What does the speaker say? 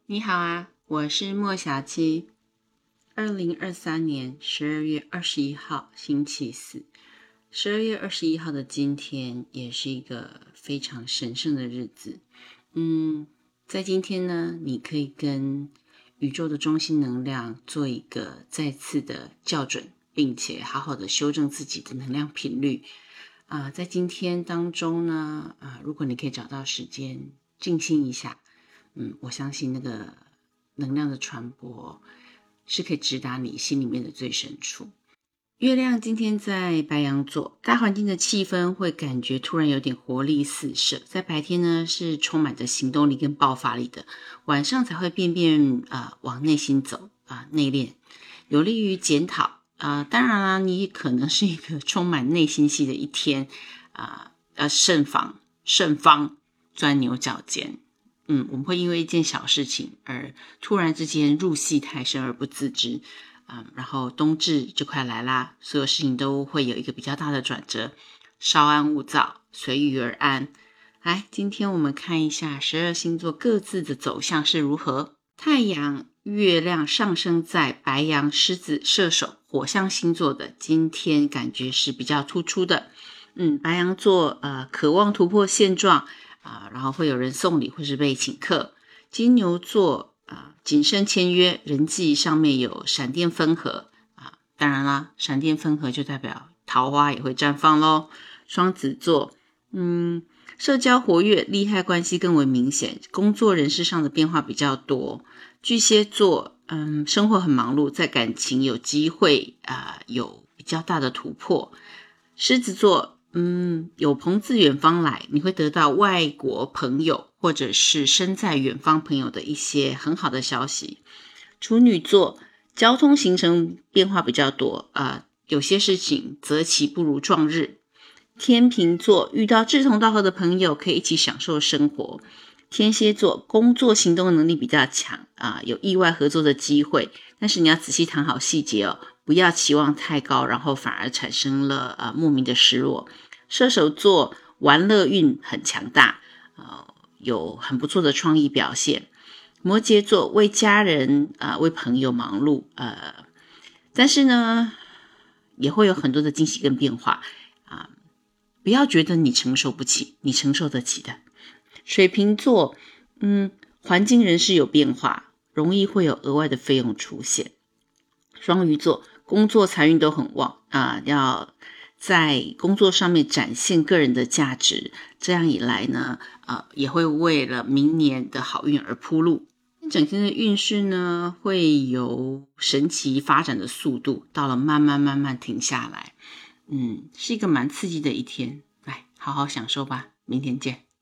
你好啊，我是莫小七。2023年12月21号星期四。12月21号的今天也是一个非常神圣的日子。在今天呢，你可以跟宇宙的中心能量做一个再次的校准，并且好好的修正自己的能量频率。在今天当中呢，如果你可以找到时间静心一下，我相信那个能量的传播是可以直达你心里面的最深处。月亮今天在白羊座，大环境的气氛会感觉突然有点活力四射，在白天呢是充满着行动力跟爆发力的，晚上才会往内心走内敛，有利于检讨当然啦，你可能是一个充满内心戏的一天慎防钻牛角尖。我们会因为一件小事情而突然之间入戏太深而不自知。然后冬至就快来啦，所有事情都会有一个比较大的转折，稍安勿躁，随遇而安。来，今天我们看一下12星座各自的走向是如何。太阳、月亮上升在白羊、狮子、射手、火象星座的，今天感觉是比较突出的。白羊座渴望突破现状然后会有人送礼或是被请客。金牛座谨慎签约，人际上面有闪电分合当然啦，闪电分合就代表桃花也会绽放咯。双子座社交活跃，利害关系更为明显，工作人事上的变化比较多。巨蟹座生活很忙碌，在感情有机会有比较大的突破。狮子座有朋自远方来，你会得到外国朋友或者是身在远方朋友的一些很好的消息。处女座交通行程变化比较多有些事情择其不如撞日。天秤座遇到志同道合的朋友，可以一起享受生活。天蝎座工作行动能力比较强有意外合作的机会，但是你要仔细谈好细节不要期望太高，然后反而产生了莫名的失落。射手座玩乐运很强大有很不错的创意表现。摩羯座为家人为朋友忙碌但是呢也会有很多的惊喜跟变化不要觉得你承受不起，你承受得起的。水瓶座环境人事有变化，容易会有额外的费用出现。双鱼座工作财运都很旺要在工作上面展现个人的价值，这样一来呢也会为了明年的好运而铺路。整天的运势呢会有神奇发展的速度，到了慢慢停下来是一个蛮刺激的一天，来好好享受吧，明天见。